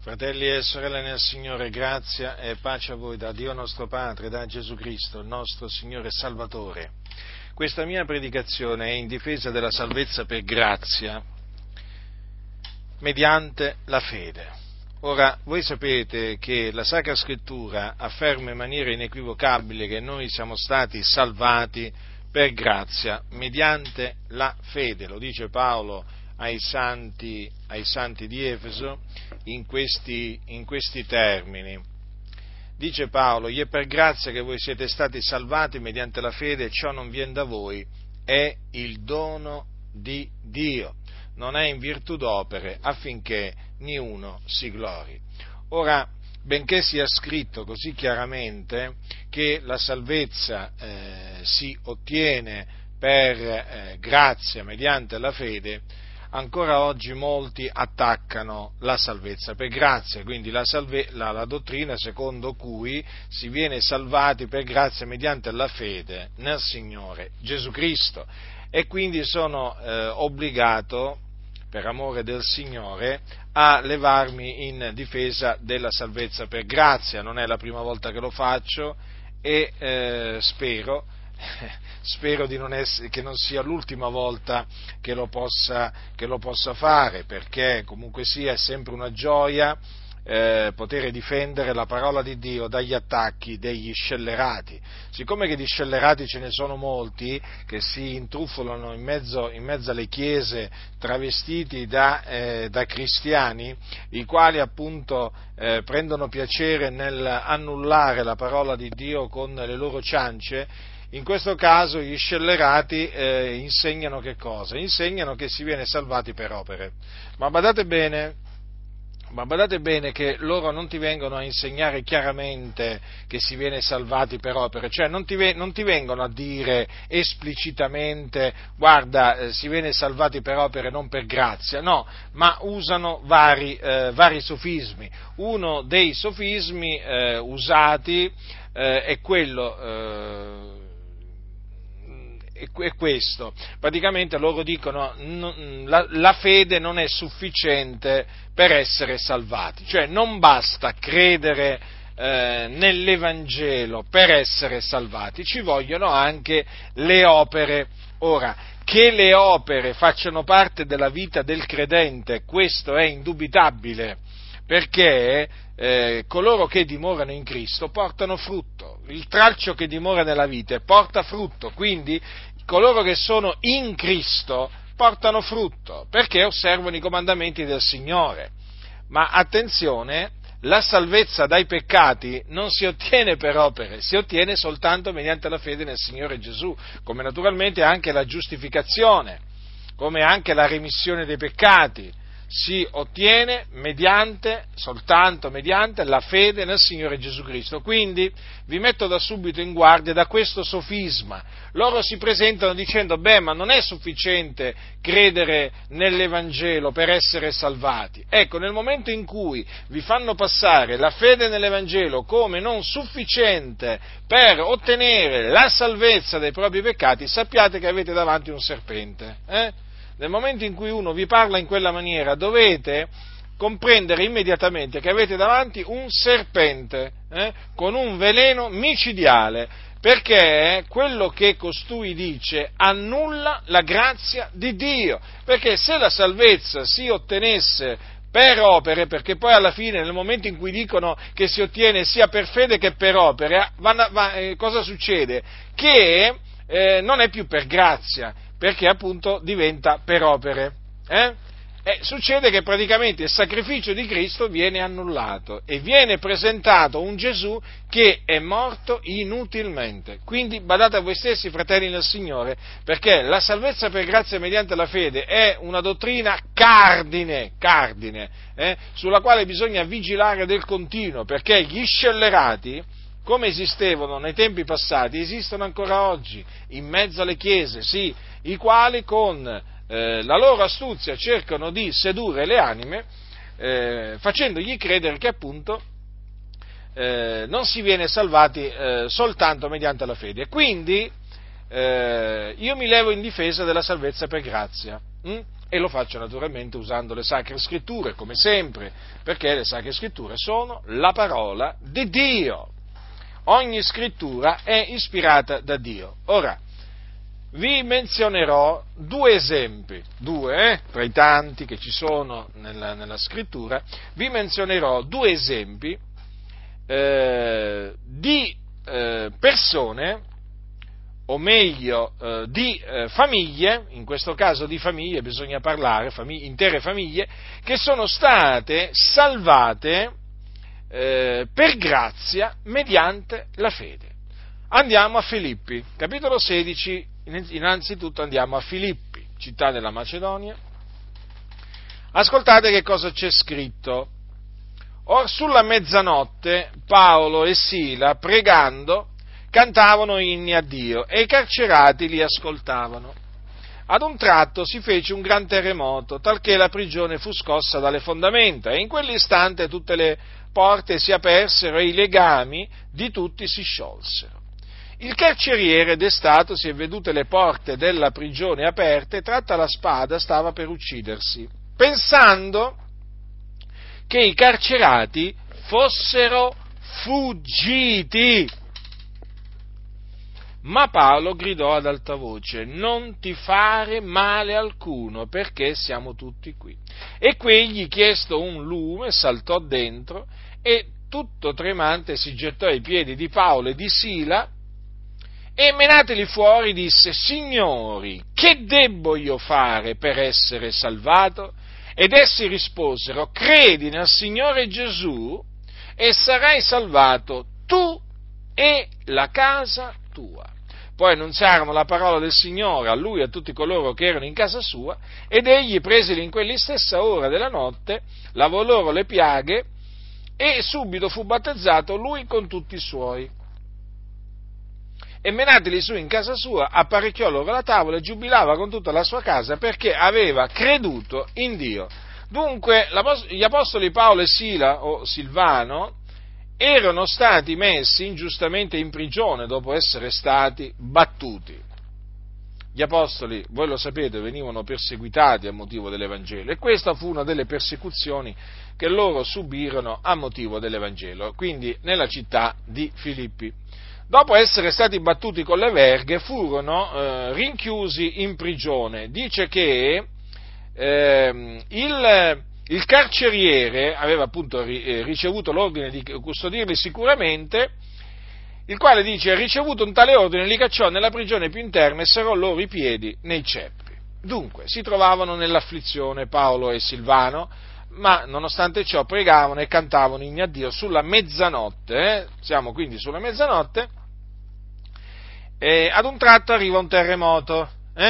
Fratelli e sorelle nel Signore, grazia e pace a voi da Dio nostro Padre, da Gesù Cristo, il nostro Signore e Salvatore. Questa mia predicazione è in difesa della salvezza per grazia, mediante la fede. Ora, voi sapete che la Sacra Scrittura afferma in maniera inequivocabile che noi siamo stati salvati per grazia, mediante la fede, lo dice Paolo ai santi di Efeso in questi termini. Dice Paolo: «È per grazia che voi siete stati salvati mediante la fede, ciò non viene da voi, è il dono di Dio, non è in virtù d'opere, affinché niuno si glori». Ora, benché sia scritto così chiaramente che la salvezza si ottiene per grazia mediante la fede, ancora oggi molti attaccano la salvezza per grazia, quindi la dottrina secondo cui si viene salvati per grazia mediante la fede nel Signore Gesù Cristo, e quindi sono obbligato, per amore del Signore, a levarmi in difesa della salvezza per grazia. Non è la prima volta che lo faccio e spero che non sia l'ultima volta che lo possa fare, perché comunque sia è sempre una gioia poter difendere la parola di Dio dagli attacchi degli scellerati. Siccome che di scellerati ce ne sono molti che si intrufolano in mezzo alle chiese travestiti da cristiani, i quali appunto prendono piacere nel annullare la parola di Dio con le loro ciance, in questo caso gli scellerati insegnano che cosa? Insegnano che si viene salvati per opere. Ma badate bene che loro non ti vengono a insegnare chiaramente che si viene salvati per opere, cioè non ti vengono a dire esplicitamente: guarda, si viene salvati per opere, non per grazia, no, ma usano vari sofismi. Uno dei sofismi usati è quello. È questo: praticamente loro dicono la fede non è sufficiente per essere salvati, cioè non basta credere nell'Evangelo per essere salvati, ci vogliono anche le opere. Ora, che le opere facciano parte della vita del credente, questo è indubitabile, perché coloro che dimorano in Cristo portano frutto, il tralcio che dimora nella vite porta frutto, quindi coloro che sono in Cristo portano frutto, perché osservano i comandamenti del Signore. Ma attenzione, la salvezza dai peccati non si ottiene per opere, si ottiene soltanto mediante la fede nel Signore Gesù, come naturalmente anche la giustificazione, come anche la remissione dei peccati, si ottiene soltanto mediante la fede nel Signore Gesù Cristo. Quindi vi metto da subito in guardia da questo sofisma. Loro si presentano dicendo: ma non è sufficiente credere nell'Evangelo per essere salvati. Ecco, nel momento in cui vi fanno passare la fede nell'Evangelo come non sufficiente per ottenere la salvezza dai propri peccati, sappiate che avete davanti un serpente. Nel momento in cui uno vi parla in quella maniera, dovete comprendere immediatamente che avete davanti un serpente con un veleno micidiale, perché quello che costui dice annulla la grazia di Dio, perché se la salvezza si ottenesse per opere, perché poi alla fine, nel momento in cui dicono che si ottiene sia per fede che per opere, cosa succede? Che non è più per grazia, perché appunto diventa per opere. Succede che praticamente il sacrificio di Cristo viene annullato e viene presentato un Gesù che è morto inutilmente. Quindi badate a voi stessi, fratelli nel Signore, perché la salvezza per grazia mediante la fede è una dottrina cardine, sulla quale bisogna vigilare del continuo, perché gli scellerati, come esistevano nei tempi passati, esistono ancora oggi, in mezzo alle chiese, sì, i quali con la loro astuzia cercano di sedurre le anime, facendogli credere che appunto non si viene salvati soltanto mediante la fede. E quindi io mi levo in difesa della salvezza per grazia. E lo faccio naturalmente usando le Sacre Scritture, come sempre, perché le Sacre Scritture sono la parola di Dio. Ogni scrittura è ispirata da Dio. Ora, vi menzionerò due esempi, tra i tanti che ci sono nella scrittura, vi menzionerò due esempi di persone, o meglio di famiglie, in questo caso di famiglie bisogna parlare, intere famiglie, che sono state salvate per grazia mediante la fede. Andiamo a Filippi, capitolo 16, innanzitutto andiamo a Filippi, città della Macedonia. Ascoltate che cosa c'è scritto. Or sulla mezzanotte Paolo e Sila, pregando, cantavano inni a Dio e i carcerati li ascoltavano. Ad un tratto si fece un gran terremoto, talché la prigione fu scossa dalle fondamenta, e in quell'istante tutte le porte si apersero e i legami di tutti si sciolsero. Il carceriere, destatosi e vedute le porte della prigione aperte, tratta la spada, stava per uccidersi, pensando che i carcerati fossero fuggiti. Ma Paolo gridò ad alta voce: non ti fare male alcuno, perché siamo tutti qui. E quegli, chiesto un lume, saltò dentro e tutto tremante si gettò ai piedi di Paolo e di Sila e menateli fuori disse: signori, che debbo io fare per essere salvato? Ed essi risposero: credi nel Signore Gesù e sarai salvato tu e la casa tua. Poi annunziarono la parola del Signore a lui e a tutti coloro che erano in casa sua, ed egli, presili in quell'istessa ora della notte, lavò loro le piaghe e subito fu battezzato lui con tutti i suoi. E menateli su in casa sua, apparecchiò loro la tavola e giubilava con tutta la sua casa perché aveva creduto in Dio. Dunque gli apostoli Paolo e Sila, o Silvano, erano stati messi ingiustamente in prigione dopo essere stati battuti. Gli apostoli, voi lo sapete, venivano perseguitati a motivo dell'Evangelo e questa fu una delle persecuzioni che loro subirono a motivo dell'Evangelo, quindi nella città di Filippi. Dopo essere stati battuti con le verghe, furono rinchiusi in prigione. Dice che il carceriere aveva appunto ricevuto l'ordine di custodirli sicuramente, il quale dice: ricevuto un tale ordine, li cacciò nella prigione più interna e serrò loro i piedi nei ceppi. Dunque, si trovavano nell'afflizione Paolo e Silvano, ma nonostante ciò pregavano e cantavano inni a Dio sulla mezzanotte, siamo quindi sulla mezzanotte, e ad un tratto arriva un terremoto,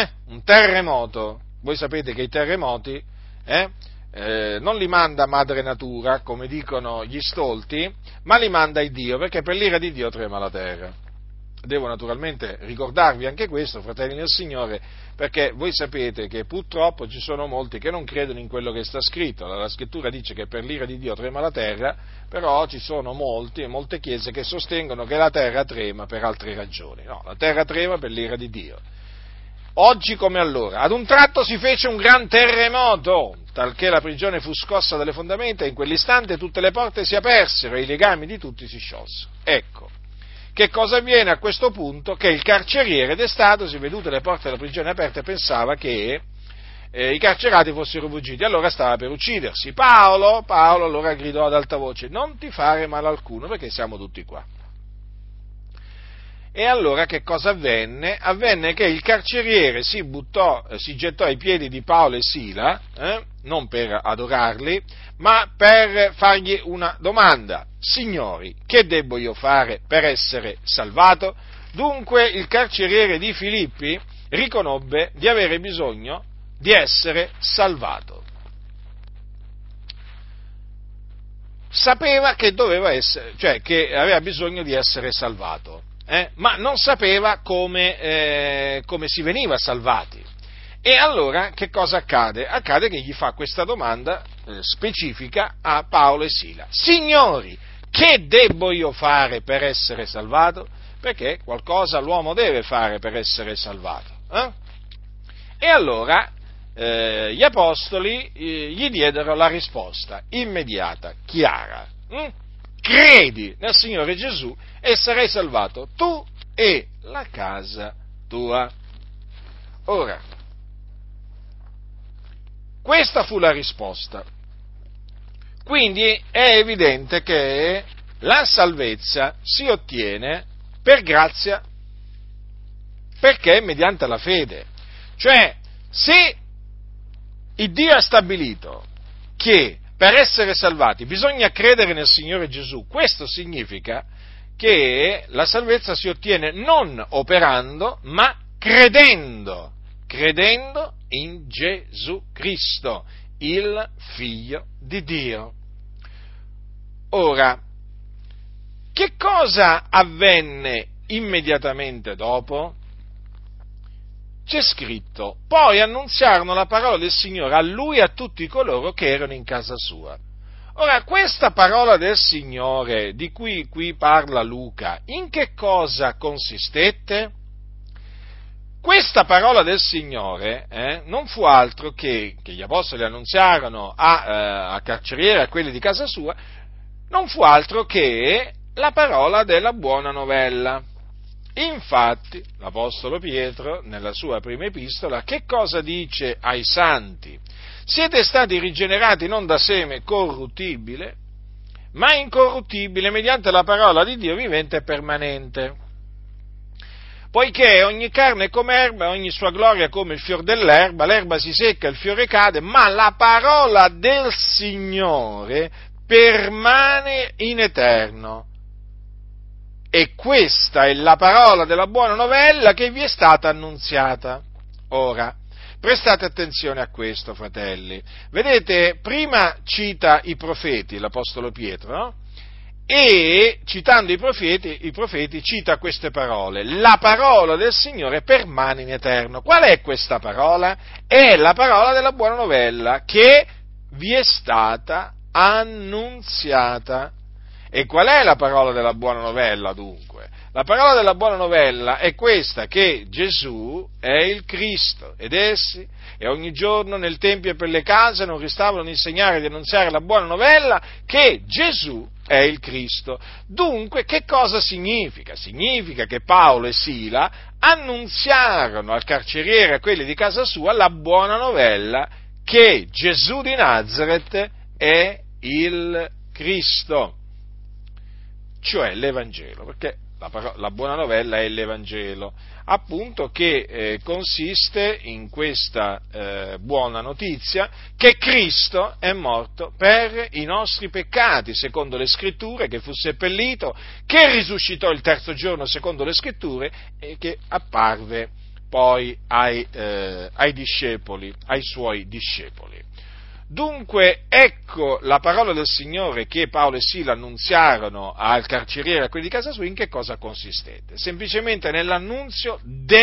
voi sapete che i terremoti, non li manda madre natura, come dicono gli stolti, ma li manda il Dio, perché per l'ira di Dio trema la terra. Devo naturalmente ricordarvi anche questo, fratelli del Signore, perché voi sapete che purtroppo ci sono molti che non credono in quello che sta scritto. La scrittura dice che per l'ira di Dio trema la terra, però ci sono molte chiese che sostengono che la terra trema per altre ragioni. No, la terra trema per l'ira di Dio. Oggi come allora, ad un tratto si fece un gran terremoto, talché la prigione fu scossa dalle fondamenta e in quell'istante tutte le porte si apersero e i legami di tutti si sciolsero. Ecco, che cosa avviene a questo punto? Che il carceriere destatosi, vedute le porte della prigione aperte, pensava che i carcerati fossero fuggiti, allora stava per uccidersi. Paolo allora gridò ad alta voce: non ti fare male alcuno, perché siamo tutti qua. E allora che cosa avvenne? Avvenne che il carceriere si gettò ai piedi di Paolo e Sila, non per adorarli, ma per fargli una domanda: signori, che debbo io fare per essere salvato? Dunque il carceriere di Filippi riconobbe di avere bisogno di essere salvato. Sapeva che doveva essere, cioè che aveva bisogno di essere salvato. Ma non sapeva come si veniva salvati. E allora che cosa accade? Accade che gli fa questa domanda specifica a Paolo e Sila: signori, che debbo io fare per essere salvato? Perché qualcosa l'uomo deve fare per essere salvato. E allora gli apostoli gli diedero la risposta immediata, chiara. Credi nel Signore Gesù e sarai salvato tu e la casa tua. Ora, questa fu la risposta. Quindi è evidente che la salvezza si ottiene per grazia, perché mediante la fede. Cioè, se il Dio ha stabilito che per essere salvati bisogna credere nel Signore Gesù, questo significa che la salvezza si ottiene non operando, ma credendo in Gesù Cristo, il Figlio di Dio. Ora, che cosa avvenne immediatamente dopo? C'è scritto: poi annunziarono la parola del Signore a lui e a tutti coloro che erano in casa sua. Ora, questa parola del Signore di cui qui parla Luca, in che cosa consistette? Questa parola del Signore non fu altro che gli apostoli annunziarono a carcerieri, a quelli di casa sua, non fu altro che la parola della buona novella. Infatti, l'Apostolo Pietro, nella sua prima epistola, che cosa dice ai santi? Siete stati rigenerati non da seme corruttibile, ma incorruttibile mediante la parola di Dio vivente e permanente. Poiché ogni carne è come erba, ogni sua gloria come il fior dell'erba, l'erba si secca, il fiore cade, ma la parola del Signore permane in eterno. E questa è la parola della buona novella che vi è stata annunziata. Ora, prestate attenzione a questo, fratelli. Vedete, prima cita i profeti, l'Apostolo Pietro, no? E citando i profeti cita queste parole: la parola del Signore permane in eterno. Qual è questa parola? È la parola della buona novella che vi è stata annunziata. E qual è la parola della buona novella, dunque? La parola della buona novella è questa, che Gesù è il Cristo, ed essi, e ogni giorno nel Tempio e per le case, non ristavano di insegnare e di annunziare la buona novella, che Gesù è il Cristo. Dunque, che cosa significa? Significa che Paolo e Sila annunziarono al carceriere, a quelli di casa sua, la buona novella che Gesù di Nazaret è il Cristo, cioè l'Evangelo, perché la buona novella è l'Evangelo, appunto, che consiste in questa buona notizia che Cristo è morto per i nostri peccati, secondo le Scritture, che fu seppellito, che risuscitò il terzo giorno, secondo le Scritture, e che apparve poi ai discepoli, ai suoi discepoli. Dunque, ecco la parola del Signore che Paolo e Sila annunziarono al carceriere, a quelli di casa sua, in che cosa consistette? Semplicemente nell'annunzio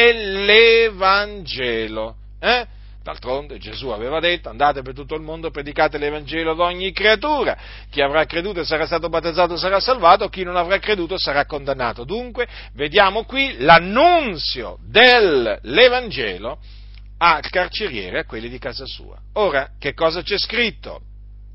dell'Evangelo. D'altronde Gesù aveva detto: andate per tutto il mondo, predicate l'Evangelo ad ogni creatura, chi avrà creduto e sarà stato battezzato sarà salvato, chi non avrà creduto sarà condannato. Dunque, vediamo qui l'annunzio dell'Evangelo al carceriere, a quelli di casa sua. Ora, che cosa c'è scritto?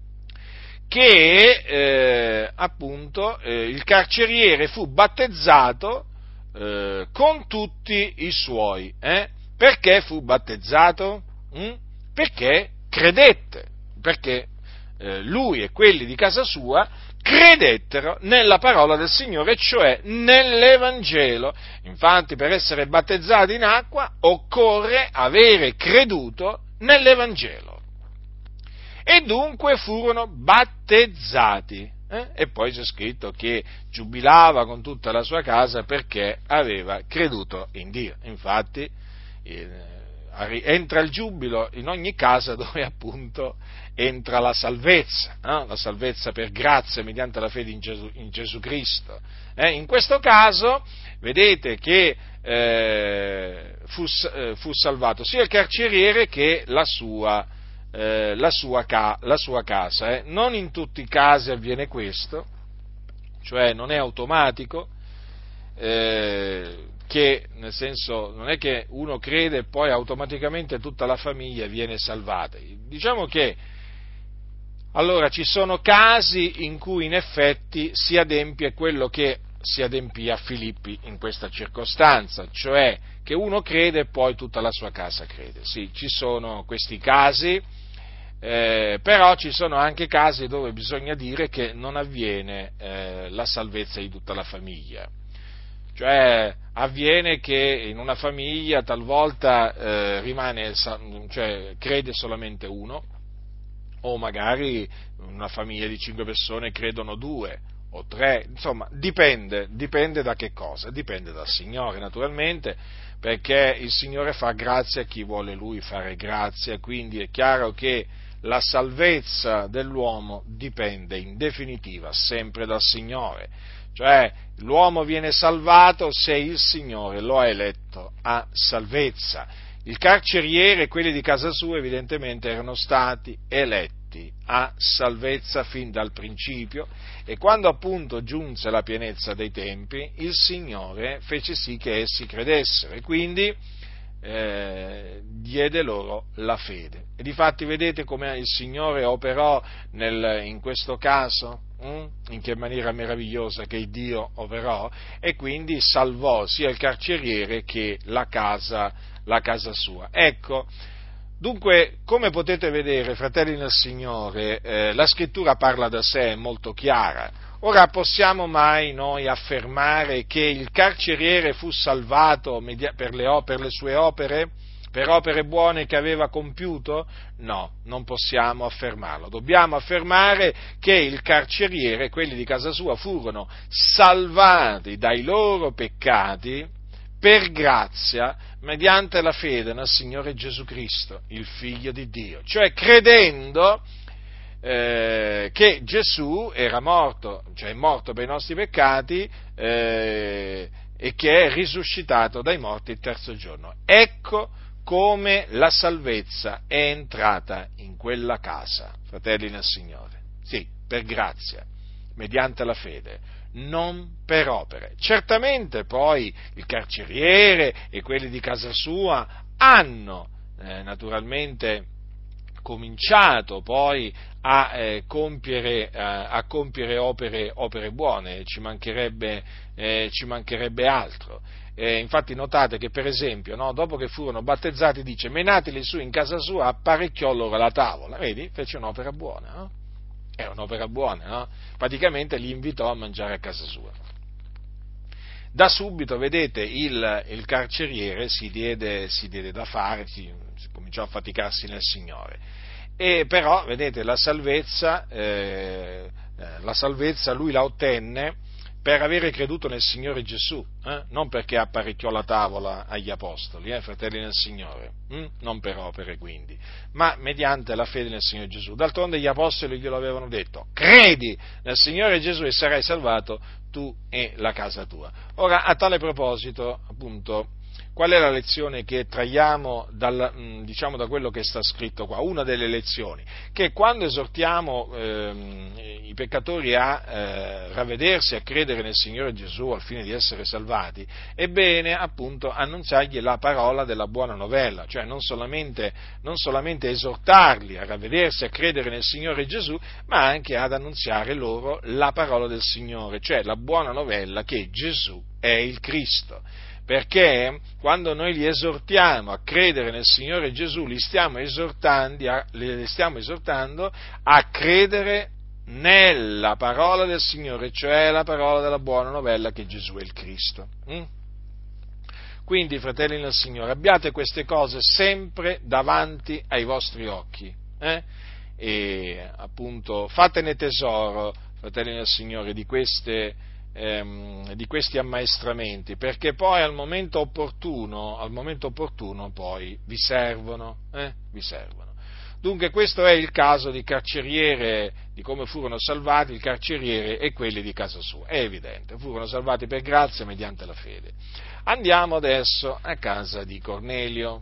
Che appunto il carceriere fu battezzato con tutti i suoi. Perché fu battezzato? Perché credette, perché lui e quelli di casa sua credettero nella parola del Signore, cioè nell'Evangelo. Infatti, per essere battezzati in acqua occorre avere creduto nell'Evangelo. E dunque furono battezzati. E poi c'è scritto che giubilava con tutta la sua casa perché aveva creduto in Dio. Infatti, entra il giubilo in ogni casa dove appunto entra la salvezza, no? La salvezza per grazia mediante la fede in Gesù Cristo. In questo caso vedete che fu salvato sia il carceriere che la sua casa. Non in tutti i casi avviene questo, cioè non è automatico. che, nel senso, non è che uno crede e poi automaticamente tutta la famiglia viene salvata. Diciamo che allora ci sono casi in cui in effetti si adempie quello che si adempì a Filippi in questa circostanza, cioè che uno crede e poi tutta la sua casa crede. Sì, ci sono questi casi, però ci sono anche casi dove bisogna dire che non avviene la salvezza di tutta la famiglia. Cioè avviene che in una famiglia talvolta crede solamente uno, o magari in una famiglia di 5 persone credono 2 o 3, insomma dipende da che cosa? Dipende dal Signore naturalmente, perché il Signore fa grazia a chi vuole Lui fare grazia, quindi è chiaro che la salvezza dell'uomo dipende in definitiva sempre dal Signore, cioè l'uomo viene salvato se il Signore lo ha eletto a salvezza. Il carceriere e quelli di casa sua evidentemente erano stati eletti a salvezza fin dal principio, e quando appunto giunse la pienezza dei tempi, il Signore fece sì che essi credessero e quindi diede loro la fede. E difatti vedete come il Signore operò in questo caso? In che maniera meravigliosa che Dio operò, e quindi salvò sia il carceriere che la casa sua. Ecco, dunque, come potete vedere, fratelli nel Signore, la Scrittura parla da sé, è molto chiara. Ora, possiamo mai noi affermare che il carceriere fu salvato per le sue opere? Per opere buone che aveva compiuto? No, non possiamo affermarlo. Dobbiamo affermare che il carceriere e quelli di casa sua furono salvati dai loro peccati per grazia, mediante la fede nel Signore Gesù Cristo, il Figlio di Dio, cioè credendo che Gesù era morto, cioè è morto per i nostri peccati e che è risuscitato dai morti il terzo giorno. Ecco come la salvezza è entrata in quella casa, fratelli nel Signore. Sì, per grazia, mediante la fede, non per opere. Certamente poi il carceriere e quelli di casa sua hanno naturalmente cominciato poi a compiere opere buone, ci mancherebbe altro. Infatti notate che per esempio, no, dopo che furono battezzati, dice: menateli su in casa sua, apparecchiò loro la tavola. Vedi? Fece un'opera buona, no? È un'opera buona, no? Praticamente li invitò a mangiare a casa sua. Da subito, vedete, il carceriere si diede da fare, si cominciò a faticarsi nel Signore. E però, vedete, la salvezza lui la ottenne per avere creduto nel Signore Gesù, non perché apparecchiò la tavola agli apostoli, fratelli nel Signore, non per opere quindi, ma mediante la fede nel Signore Gesù. D'altronde gli apostoli glielo avevano detto: credi nel Signore Gesù e sarai salvato tu e la casa tua. Ora, a tale proposito, appunto, qual è la lezione che traiamo da quello che sta scritto qua? Una delle lezioni, che quando esortiamo i peccatori a ravvedersi, a credere nel Signore Gesù al fine di essere salvati, è bene appunto annunziargli la parola della buona novella, cioè non solamente esortarli a ravvedersi, a credere nel Signore Gesù, ma anche ad annunziare loro la parola del Signore, cioè la buona novella che Gesù è il Cristo. Perché quando noi li esortiamo a credere nel Signore Gesù, li stiamo esortando a credere nella parola del Signore, cioè la parola della buona novella che Gesù è il Cristo. Quindi, fratelli nel Signore, abbiate queste cose sempre davanti ai vostri occhi, e appunto fatene tesoro, fratelli nel Signore, di questi ammaestramenti, perché poi al momento opportuno poi vi servono. Dunque questo è il caso di carceriere, di come furono salvati il carceriere e quelli di casa sua. È evidente, furono salvati per grazia mediante la fede. Andiamo adesso a casa di Cornelio.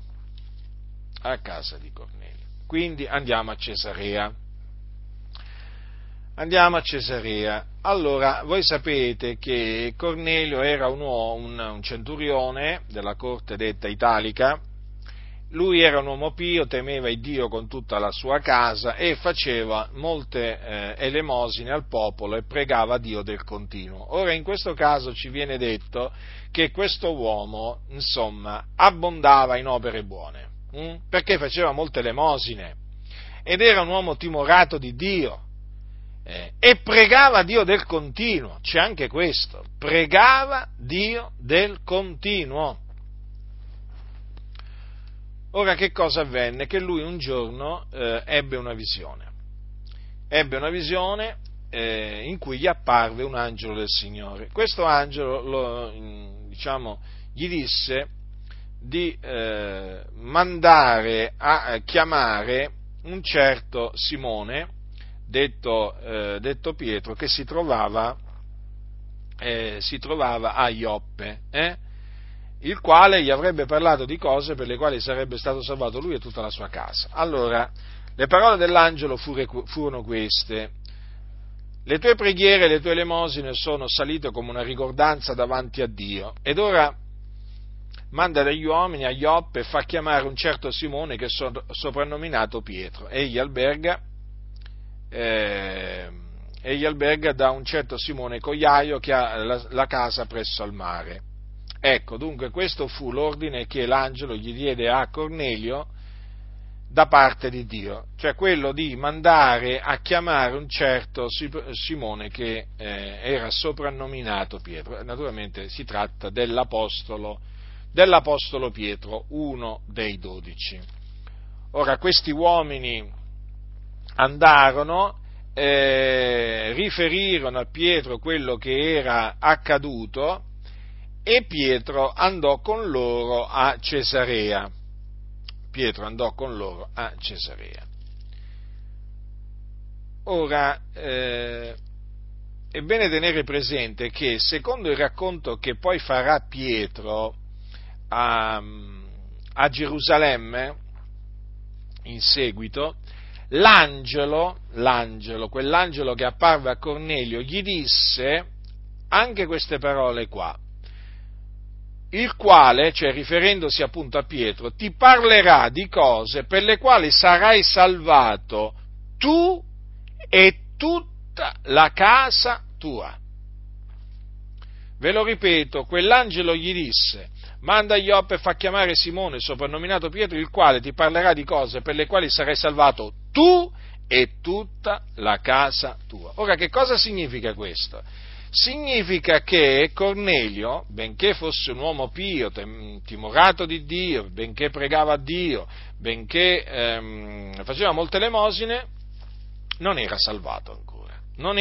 Quindi andiamo a Cesarea. Andiamo a Cesarea. Allora, voi sapete che Cornelio era un centurione della corte detta italica. Lui era un uomo pio, temeva il Dio con tutta la sua casa e faceva molte elemosine al popolo e pregava Dio del continuo. Ora, in questo caso ci viene detto che questo uomo, insomma, abbondava in opere buone, perché faceva molte elemosine ed era un uomo timorato di Dio. E pregava Dio del continuo, c'è anche questo, pregava Dio del continuo. Ora che cosa avvenne? Che lui un giorno ebbe una visione in cui gli apparve un angelo del Signore. Questo angelo gli disse di mandare a chiamare un certo Simone, detto Pietro, che si trovava a Ioppe, il quale gli avrebbe parlato di cose per le quali sarebbe stato salvato lui e tutta la sua casa. Allora, le parole dell'angelo furono queste: le tue preghiere e le tue elemosine sono salite come una ricordanza davanti a Dio, ed ora manda degli uomini a Ioppe e fa chiamare un certo Simone che è soprannominato Pietro. Egli alberga da un certo Simone Cogliaio che ha la casa presso al mare. Ecco, dunque questo fu l'ordine che l'angelo gli diede a Cornelio da parte di Dio, cioè quello di mandare a chiamare un certo Simone che era soprannominato Pietro. Naturalmente si tratta dell'apostolo Pietro, uno dei 12. Ora, questi uomini andarono, riferirono a Pietro quello che era accaduto, e Pietro andò con loro a Cesarea. Ora, è bene tenere presente che, secondo il racconto che poi farà Pietro a Gerusalemme, in seguito, quell'angelo che apparve a Cornelio, gli disse anche queste parole qua: il quale, cioè riferendosi appunto a Pietro, ti parlerà di cose per le quali sarai salvato tu e tutta la casa tua. Ve lo ripeto, quell'angelo gli disse: manda a Ioppe e fa chiamare Simone, soprannominato Pietro, il quale ti parlerà di cose per le quali sarai salvato tu e tutta la casa tua. Ora, che cosa significa questo? Significa che Cornelio, benché fosse un uomo pio, timorato di Dio, benché pregava a Dio, benché faceva molte elemosine, non era salvato ancora,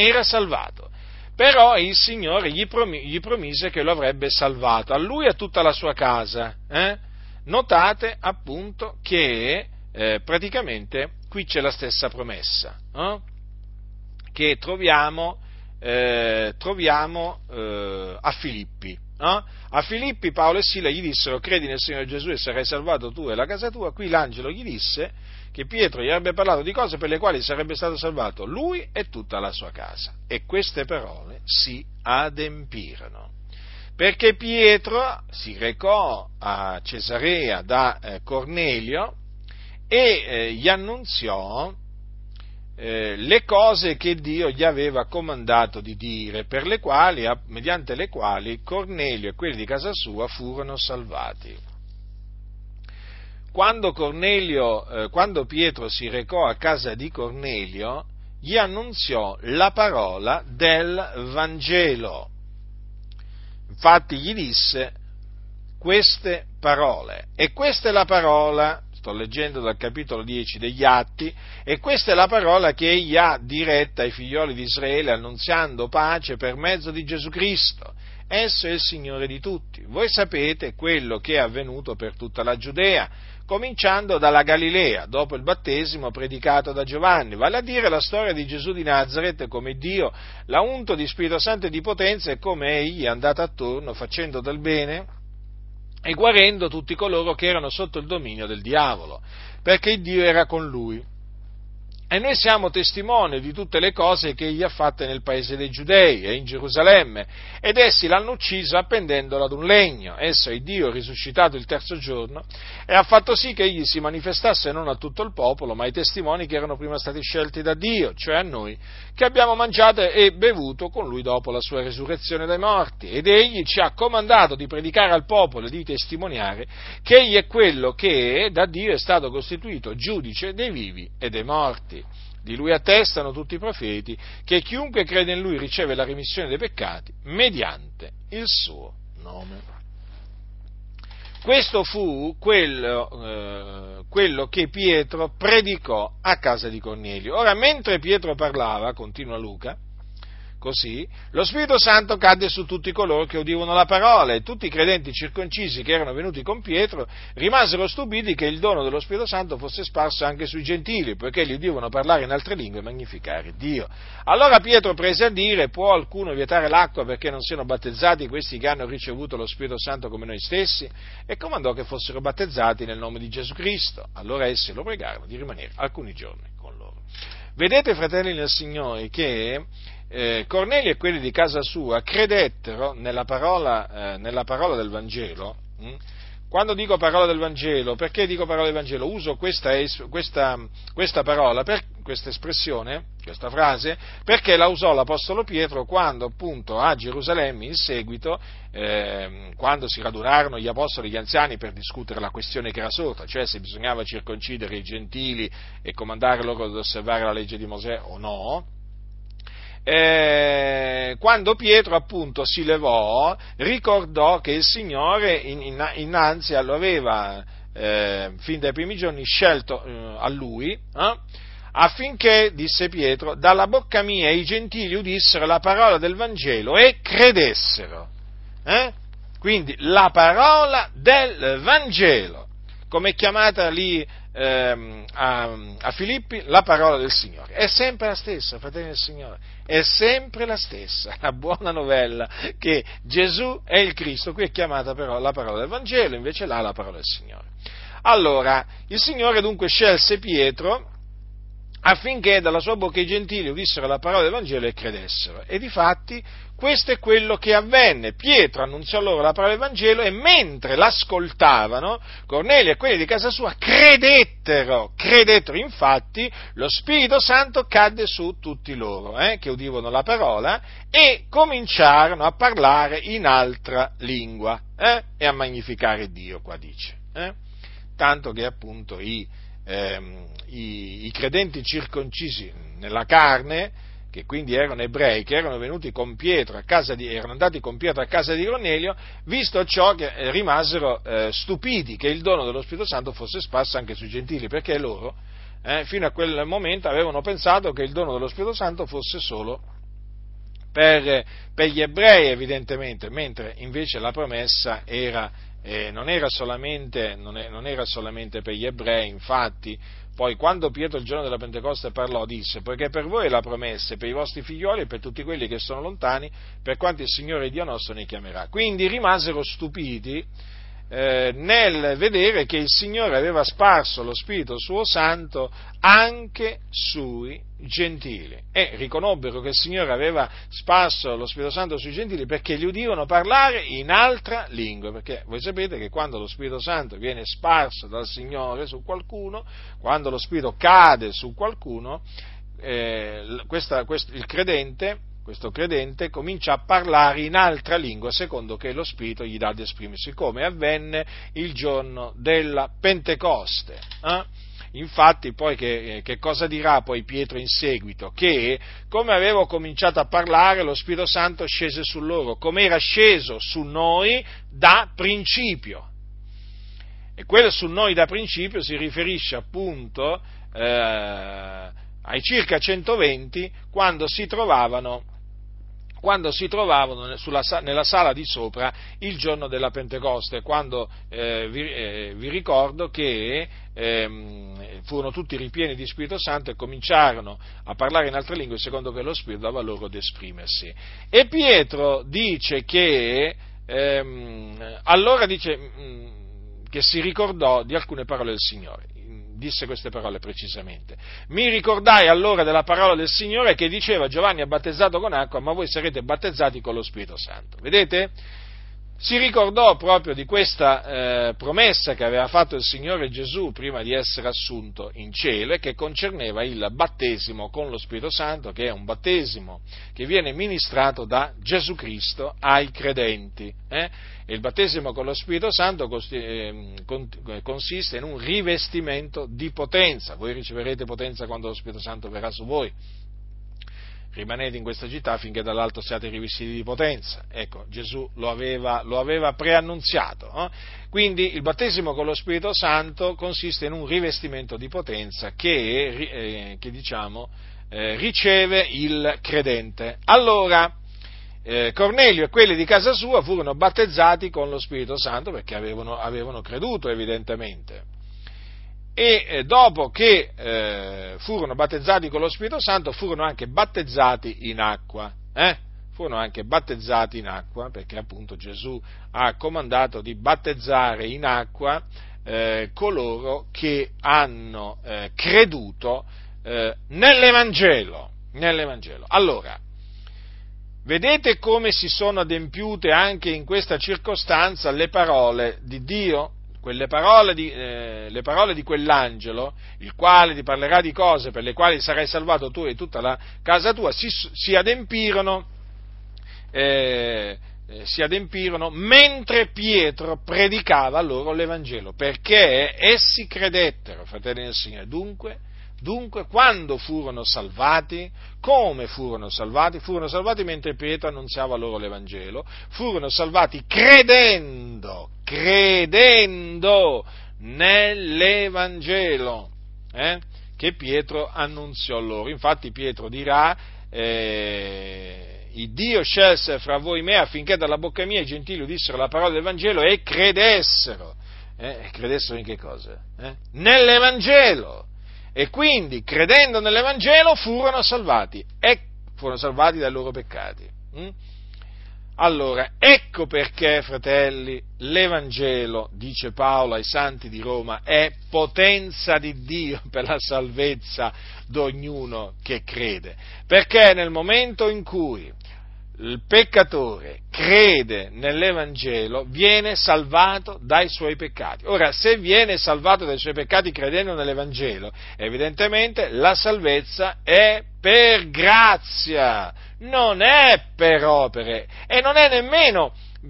Però il Signore gli promise che lo avrebbe salvato, a lui e a tutta la sua casa. Notate appunto che praticamente qui c'è la stessa promessa, che troviamo a Filippi. A Filippi Paolo e Sila gli dissero: credi nel Signore Gesù e sarai salvato tu e la casa tua. Qui l'angelo gli disse che Pietro gli avrebbe parlato di cose per le quali sarebbe stato salvato lui e tutta la sua casa. E queste parole si adempirono, perché Pietro si recò a Cesarea da Cornelio e gli annunziò le cose che Dio gli aveva comandato di dire, mediante le quali Cornelio e quelli di casa sua furono salvati. Quando Pietro si recò a casa di Cornelio, gli annunziò la parola del Vangelo. Infatti gli disse queste parole, e questa è la parola. Sto leggendo dal capitolo 10 degli Atti, e questa è la parola che egli ha diretta ai figlioli di Israele, annunziando pace per mezzo di Gesù Cristo. Esso è il Signore di tutti. Voi sapete quello che è avvenuto per tutta la Giudea, cominciando dalla Galilea, dopo il battesimo predicato da Giovanni, vale a dire la storia di Gesù di Nazaret, come Dio l'ha unto di Spirito Santo e di potenza, e come egli è andato attorno facendo del bene e guarendo tutti coloro che erano sotto il dominio del diavolo, perché Dio era con lui. E noi siamo testimoni di tutte le cose che egli ha fatte nel paese dei Giudei e in Gerusalemme, ed essi l'hanno ucciso appendendolo ad un legno. Esso è Dio risuscitato il terzo giorno e ha fatto sì che egli si manifestasse non a tutto il popolo, ma ai testimoni che erano prima stati scelti da Dio, cioè a noi, che abbiamo mangiato e bevuto con lui dopo la sua resurrezione dai morti. Ed egli ci ha comandato di predicare al popolo e di testimoniare che egli è quello che da Dio è stato costituito giudice dei vivi e dei morti. Di lui attestano tutti i profeti che chiunque crede in lui riceve la remissione dei peccati mediante il suo nome. Questo fu quello che Pietro predicò a casa di Cornelio. Ora, mentre Pietro parlava, continua Luca, così, lo Spirito Santo cadde su tutti coloro che udivano la parola, e tutti i credenti circoncisi che erano venuti con Pietro rimasero stupiti che il dono dello Spirito Santo fosse sparso anche sui gentili, poiché li udivano parlare in altre lingue e magnificare Dio. Allora Pietro prese a dire: può alcuno vietare l'acqua perché non siano battezzati questi che hanno ricevuto lo Spirito Santo come noi stessi? E comandò che fossero battezzati nel nome di Gesù Cristo. Allora essi lo pregarono di rimanere alcuni giorni con loro. Vedete, fratelli nel Signore, che Cornelio e quelli di casa sua credettero nella parola del Vangelo. Quando dico parola del Vangelo, perché dico parola del Vangelo? Uso questa parola, questa espressione, questa frase, perché la usò l'Apostolo Pietro quando appunto a Gerusalemme in seguito, quando si radunarono gli Apostoli e gli anziani per discutere la questione che era sorta, cioè se bisognava circoncidere i gentili e comandare loro ad osservare la legge di Mosè o no. Quando Pietro appunto si levò, ricordò che il Signore innanzi lo aveva fin dai primi giorni scelto a lui, affinché, disse Pietro, dalla bocca mia i gentili udissero la parola del Vangelo e credessero. Quindi la parola del Vangelo, come è chiamata lì a Filippi, la parola del Signore. È sempre la stessa, fratelli del Signore, è sempre la stessa, la buona novella che Gesù è il Cristo. Qui è chiamata però la parola del Vangelo, invece là la parola del Signore. Allora, il Signore dunque scelse Pietro affinché dalla sua bocca i gentili udissero la parola del Vangelo e credessero. E difatti questo è quello che avvenne. Pietro annunziò loro la parola del Vangelo e mentre l'ascoltavano, Cornelio e quelli di casa sua credettero. Infatti lo Spirito Santo cadde su tutti loro, che udivano la parola, e cominciarono a parlare in altra lingua, e a magnificare Dio, qua dice. Tanto che appunto i credenti circoncisi nella carne, che quindi erano ebrei, che erano venuti con Pietro erano andati con Pietro a casa di Cornelio, visto ciò che rimasero stupiti che il dono dello Spirito Santo fosse sparso anche sui gentili, perché loro fino a quel momento avevano pensato che il dono dello Spirito Santo fosse solo per gli ebrei, evidentemente, mentre invece la promessa non era solamente per gli ebrei. Infatti poi quando Pietro il giorno della Pentecoste parlò, disse: poiché per voi è la promessa, per i vostri figlioli e per tutti quelli che sono lontani, per quanti il Signore Dio nostro ne chiamerà. Quindi rimasero stupiti nel vedere che il Signore aveva sparso lo Spirito suo Santo anche sui gentili, e riconobbero che il Signore aveva sparso lo Spirito Santo sui gentili perché li udivano parlare in altra lingua, perché voi sapete che quando lo Spirito Santo viene sparso dal Signore su qualcuno, quando lo Spirito cade su qualcuno, questo credente comincia a parlare in altra lingua secondo che lo Spirito gli dà ad esprimersi, come avvenne il giorno della Pentecoste. Infatti poi che cosa dirà poi Pietro in seguito? Che come avevo cominciato a parlare, lo Spirito Santo scese su loro, come era sceso su noi da principio. E quello su noi da principio si riferisce appunto ai circa 120 quando si trovavano nella sala di sopra il giorno della Pentecoste, quando vi ricordo che furono tutti ripieni di Spirito Santo e cominciarono a parlare in altre lingue secondo che lo Spirito dava loro ad esprimersi. E Pietro dice che allora dice che si ricordò di alcune parole del Signore. disse queste parole precisamente. Mi ricordai allora della parola del Signore che diceva: Giovanni ha battezzato con acqua, ma voi sarete battezzati con lo Spirito Santo. Vedete? Si ricordò proprio di questa promessa che aveva fatto il Signore Gesù prima di essere assunto in cielo e che concerneva il battesimo con lo Spirito Santo, che è un battesimo che viene ministrato da Gesù Cristo ai credenti. E il battesimo con lo Spirito Santo consiste in un rivestimento di potenza. Voi riceverete potenza quando lo Spirito Santo verrà su voi. Rimanete in questa città finché dall'alto siate rivestiti di potenza. Ecco, Gesù lo aveva preannunziato. Quindi il battesimo con lo Spirito Santo consiste in un rivestimento di potenza che riceve il credente. Allora, Cornelio e quelli di casa sua furono battezzati con lo Spirito Santo perché avevano creduto, evidentemente. E dopo che furono battezzati con lo Spirito Santo, furono anche battezzati in acqua. Furono anche battezzati in acqua, perché appunto Gesù ha comandato di battezzare in acqua coloro che hanno creduto nell'Evangelo. Allora, vedete come si sono adempiute anche in questa circostanza le parole di Dio? Le parole di quell'angelo, il quale ti parlerà di cose per le quali sarai salvato tu e tutta la casa tua, si adempirono mentre Pietro predicava loro l'Evangelo, perché essi credettero, fratelli del Signore. Dunque, quando furono salvati? Come furono salvati? Furono salvati mentre Pietro annunziava loro l'Evangelo, furono salvati credendo nell'Evangelo che Pietro annunziò loro. Infatti Pietro dirà: il Dio scelse fra voi me affinché dalla bocca mia i gentili udissero la parola dell'Evangelo e credessero. Credessero in che cosa? Nell'Evangelo. E quindi, credendo nell'Evangelo, furono salvati dai loro peccati. Allora, ecco perché, fratelli, l'Evangelo, dice Paolo ai santi di Roma, è potenza di Dio per la salvezza di ognuno che crede. Perché nel momento in cui il peccatore crede nell'Evangelo, viene salvato dai suoi peccati. Ora, se viene salvato dai suoi peccati credendo nell'Evangelo, evidentemente la salvezza è per grazia, non è per opere, e non è nemmeno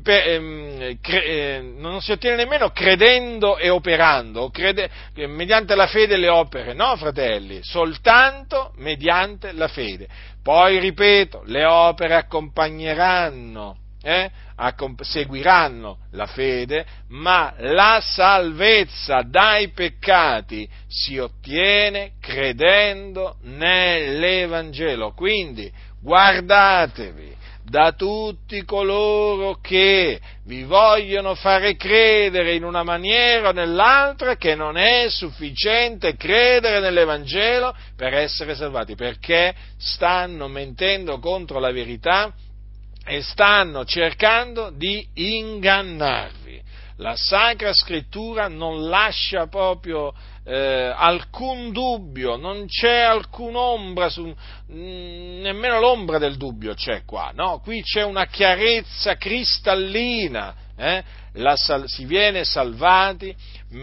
non si ottiene nemmeno credendo e operando, mediante la fede e le opere, no, fratelli, soltanto mediante la fede. Poi, ripeto, le opere accompagneranno, seguiranno la fede, ma la salvezza dai peccati si ottiene credendo nell'Evangelo. Quindi, guardatevi da tutti coloro che vi vogliono fare credere in una maniera o nell'altra che non è sufficiente credere nell'Evangelo per essere salvati, perché stanno mentendo contro la verità e stanno cercando di ingannarvi. La Sacra Scrittura non lascia proprio alcun dubbio, non c'è alcun'ombra, nemmeno l'ombra del dubbio c'è qua, no? Qui c'è una chiarezza cristallina, si viene salvati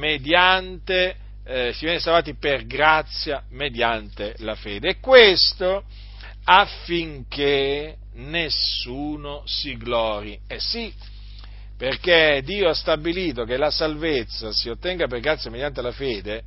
per grazia mediante la fede, e questo affinché nessuno si glori. Sì, perché Dio ha stabilito che la salvezza si ottenga per grazia mediante la fede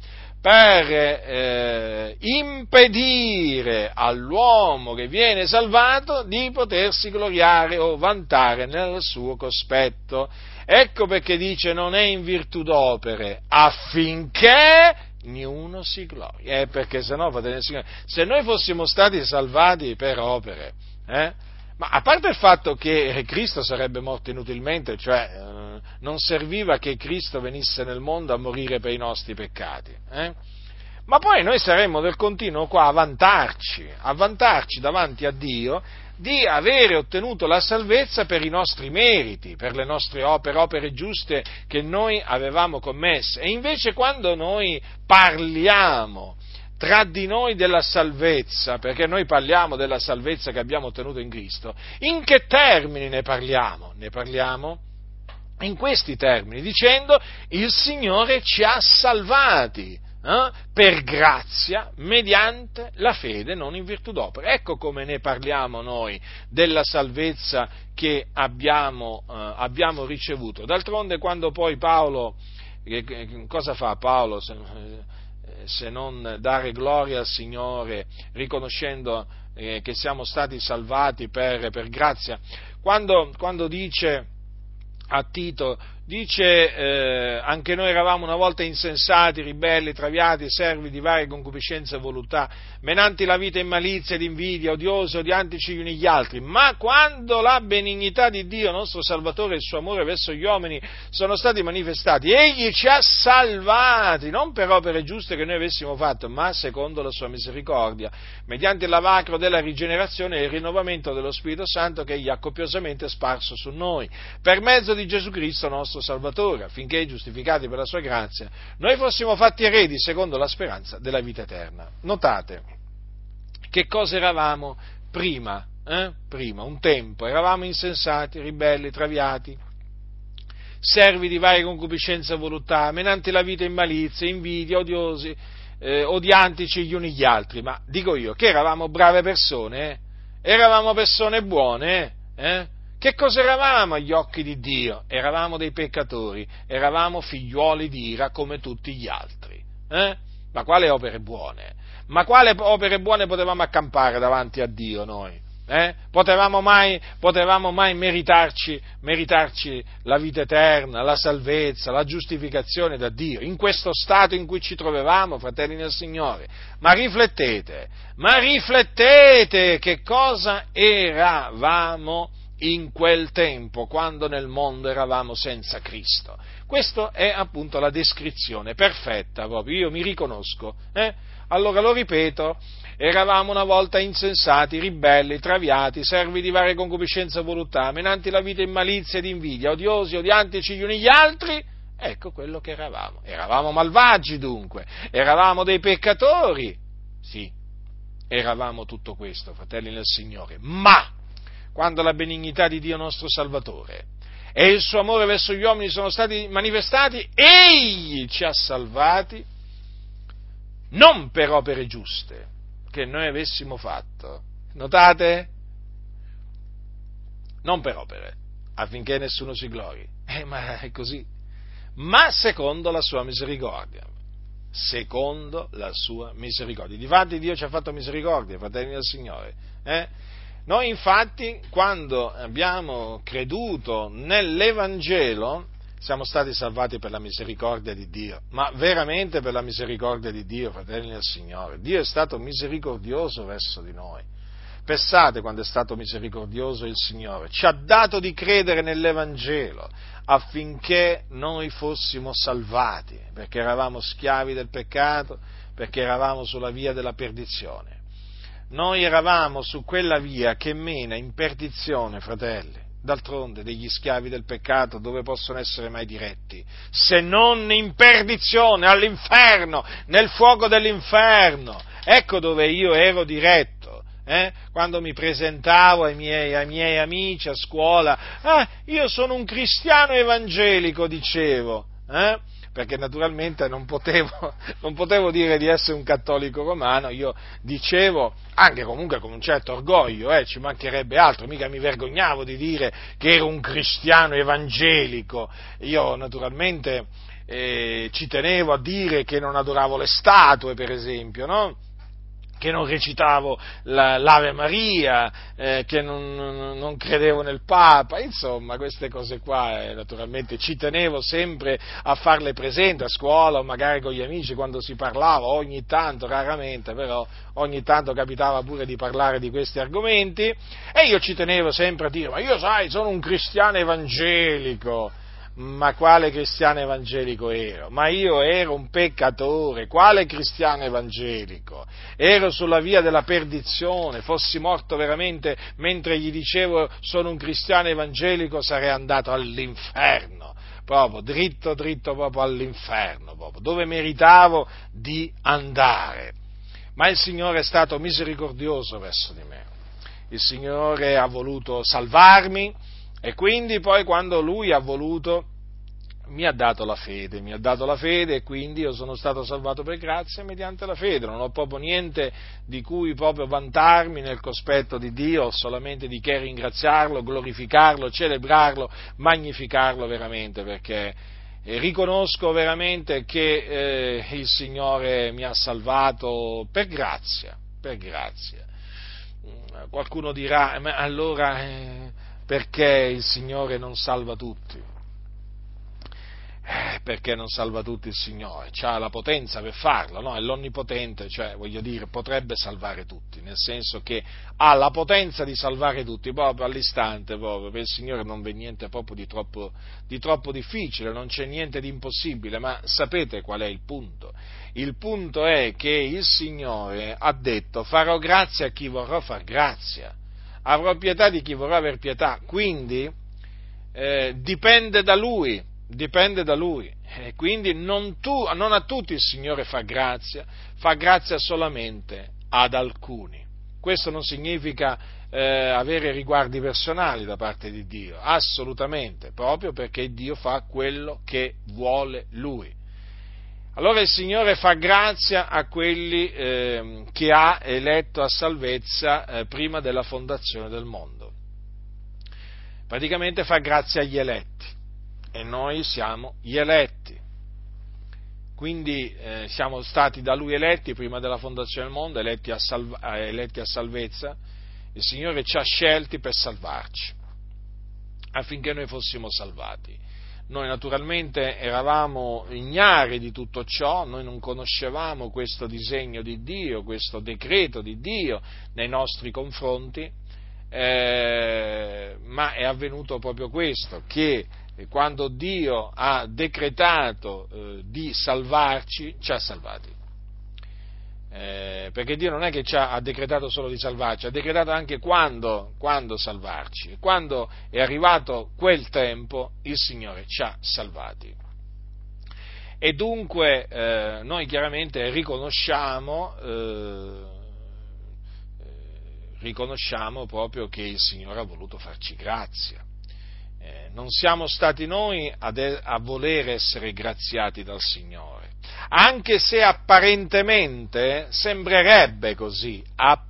per impedire all'uomo che viene salvato di potersi gloriare o vantare nel suo cospetto. Ecco perché dice: non è in virtù d'opere, affinché niuno si glori. Perché se no, se noi fossimo stati salvati per opere, ma a parte il fatto che Cristo sarebbe morto inutilmente, cioè non serviva che Cristo venisse nel mondo a morire per i nostri peccati, ma poi noi saremmo del continuo qua a vantarci davanti a Dio di avere ottenuto la salvezza per i nostri meriti, per le nostre opere giuste che noi avevamo commesse. E invece quando noi parliamo tra di noi della salvezza, perché noi parliamo della salvezza che abbiamo ottenuto in Cristo, in che termini ne parliamo? Ne parliamo in questi termini, dicendo: il Signore ci ha salvati per grazia, mediante la fede, non in virtù d'opera. Ecco come ne parliamo noi della salvezza che abbiamo ricevuto. D'altronde, quando poi Paolo, cosa fa Paolo se non dare gloria al Signore, riconoscendo che siamo stati salvati per grazia? Quando dice a Tito, anche noi eravamo una volta insensati, ribelli, traviati, servi di varie concupiscenze e voluttà, menanti la vita in malizia ed invidia, odiosi, odiantici gli uni gli altri, ma quando la benignità di Dio, nostro Salvatore, e il suo amore verso gli uomini sono stati manifestati, Egli ci ha salvati, non per opere giuste che noi avessimo fatto, ma secondo la sua misericordia, mediante il lavacro della rigenerazione e il rinnovamento dello Spirito Santo che Egli ha copiosamente sparso su noi, per mezzo di Gesù Cristo, nostro Salvatore, affinché, giustificati per la sua grazia, noi fossimo fatti eredi secondo la speranza della vita eterna. Notate che cosa eravamo prima, un tempo, eravamo insensati, ribelli, traviati, servi di varie concupiscenze e voluttà, menanti la vita in malizia, invidia, odiosi, odiantici gli uni gli altri. Ma dico io che eravamo brave persone, eravamo persone buone, Che cosa eravamo agli occhi di Dio? Eravamo dei peccatori, eravamo figliuoli di ira come tutti gli altri. Ma quali opere buone? Ma quale opere buone potevamo accampare davanti a Dio noi? Potevamo mai meritarci la vita eterna, la salvezza, la giustificazione da Dio, in questo stato in cui ci trovavamo, fratelli nel Signore? Ma riflettete che cosa eravamo in quel tempo, quando nel mondo eravamo senza Cristo. Questa è appunto la descrizione perfetta, proprio, io mi riconosco. Allora lo ripeto: eravamo una volta insensati, ribelli, traviati, servi di varie concupiscenze e voluttà, menanti la vita in malizia ed invidia, odiosi, odiantici gli uni gli altri. Ecco quello che eravamo. Eravamo malvagi dunque, eravamo dei peccatori. Sì, eravamo tutto questo, fratelli nel Signore, ma quando la benignità di Dio nostro Salvatore e il suo amore verso gli uomini sono stati manifestati, Egli ci ha salvati non per opere giuste che noi avessimo fatto, notate? Non per opere, affinché nessuno si glori, ma è così, ma secondo la sua misericordia. Secondo la sua misericordia. Difatti Dio ci ha fatto misericordia, fratelli del Signore. Noi infatti, quando abbiamo creduto nell'Evangelo, siamo stati salvati per la misericordia di Dio, ma veramente per la misericordia di Dio, fratelli del Signore. Dio è stato misericordioso verso di noi. Pensate quando è stato misericordioso il Signore. Ci ha dato di credere nell'Evangelo affinché noi fossimo salvati, perché eravamo schiavi del peccato, perché eravamo sulla via della perdizione. Noi eravamo su quella via che mena in perdizione, fratelli. D'altronde degli schiavi del peccato dove possono essere mai diretti? Se non in perdizione, all'inferno, nel fuoco dell'inferno. Ecco dove io ero diretto. Quando mi presentavo ai miei amici a scuola, io sono un cristiano evangelico, dicevo, perché naturalmente non potevo dire di essere un cattolico romano, io dicevo, anche comunque con un certo orgoglio, ci mancherebbe altro, mica mi vergognavo di dire che ero un cristiano evangelico, io naturalmente ci tenevo a dire che non adoravo le statue, per esempio, no? Che non recitavo l'Ave Maria, che non credevo nel Papa, insomma queste cose qua, naturalmente ci tenevo sempre a farle presenti a scuola o magari con gli amici quando si parlava, ogni tanto, raramente, però ogni tanto capitava pure di parlare di questi argomenti e io ci tenevo sempre a dire: ma io sai, sono un cristiano evangelico. ma quale cristiano evangelico ero? Ma io ero un peccatore, quale cristiano evangelico? Ero sulla via della perdizione, fossi morto veramente mentre gli dicevo sono un cristiano evangelico, sarei andato all'inferno, proprio dritto proprio all'inferno, proprio, dove meritavo di andare. Ma il Signore è stato misericordioso verso di me. Il Signore ha voluto salvarmi e quindi poi quando Lui ha voluto mi ha dato la fede e quindi io sono stato salvato per grazia mediante la fede. Non ho proprio niente di cui proprio vantarmi nel cospetto di Dio, ho solamente di che ringraziarlo, glorificarlo, celebrarlo, magnificarlo veramente, perché riconosco veramente che il Signore mi ha salvato per grazia, per grazia. Qualcuno dirà, ma allora perché il Signore non salva tutti? Perché non salva tutti il Signore? C'ha la potenza per farlo, no? È l'onnipotente, cioè, voglio dire, potrebbe salvare tutti, nel senso che ha la potenza di salvare tutti, proprio all'istante, proprio, per il Signore non v'è niente proprio di troppo difficile, non c'è niente di impossibile, ma sapete qual è il punto? Il punto è che il Signore ha detto, farò grazia a chi vorrò far grazia, avrò pietà di chi vorrà aver pietà, quindi dipende da Lui, quindi non a tutti il Signore fa grazia solamente ad alcuni. Questo non significa avere riguardi personali da parte di Dio, assolutamente, proprio perché Dio fa quello che vuole Lui. Allora il Signore fa grazia a quelli che ha eletto a salvezza prima della fondazione del mondo. Praticamente fa grazia agli eletti. E noi siamo gli eletti, quindi siamo stati da Lui eletti prima della fondazione del mondo, eletti a salvezza. Il Signore ci ha scelti per salvarci, affinché noi fossimo salvati. Noi naturalmente eravamo ignari di tutto ciò, noi non conoscevamo questo disegno di Dio, questo decreto di Dio nei nostri confronti, ma è avvenuto proprio questo, che quando Dio ha decretato di salvarci, ci ha salvati. Perché Dio non è che ci ha decretato solo di salvarci, ha decretato anche quando salvarci. Quando è arrivato quel tempo, il Signore ci ha salvati. E dunque noi chiaramente riconosciamo proprio che il Signore ha voluto farci grazia. Non siamo stati noi a voler essere graziati dal Signore, anche se apparentemente sembrerebbe così,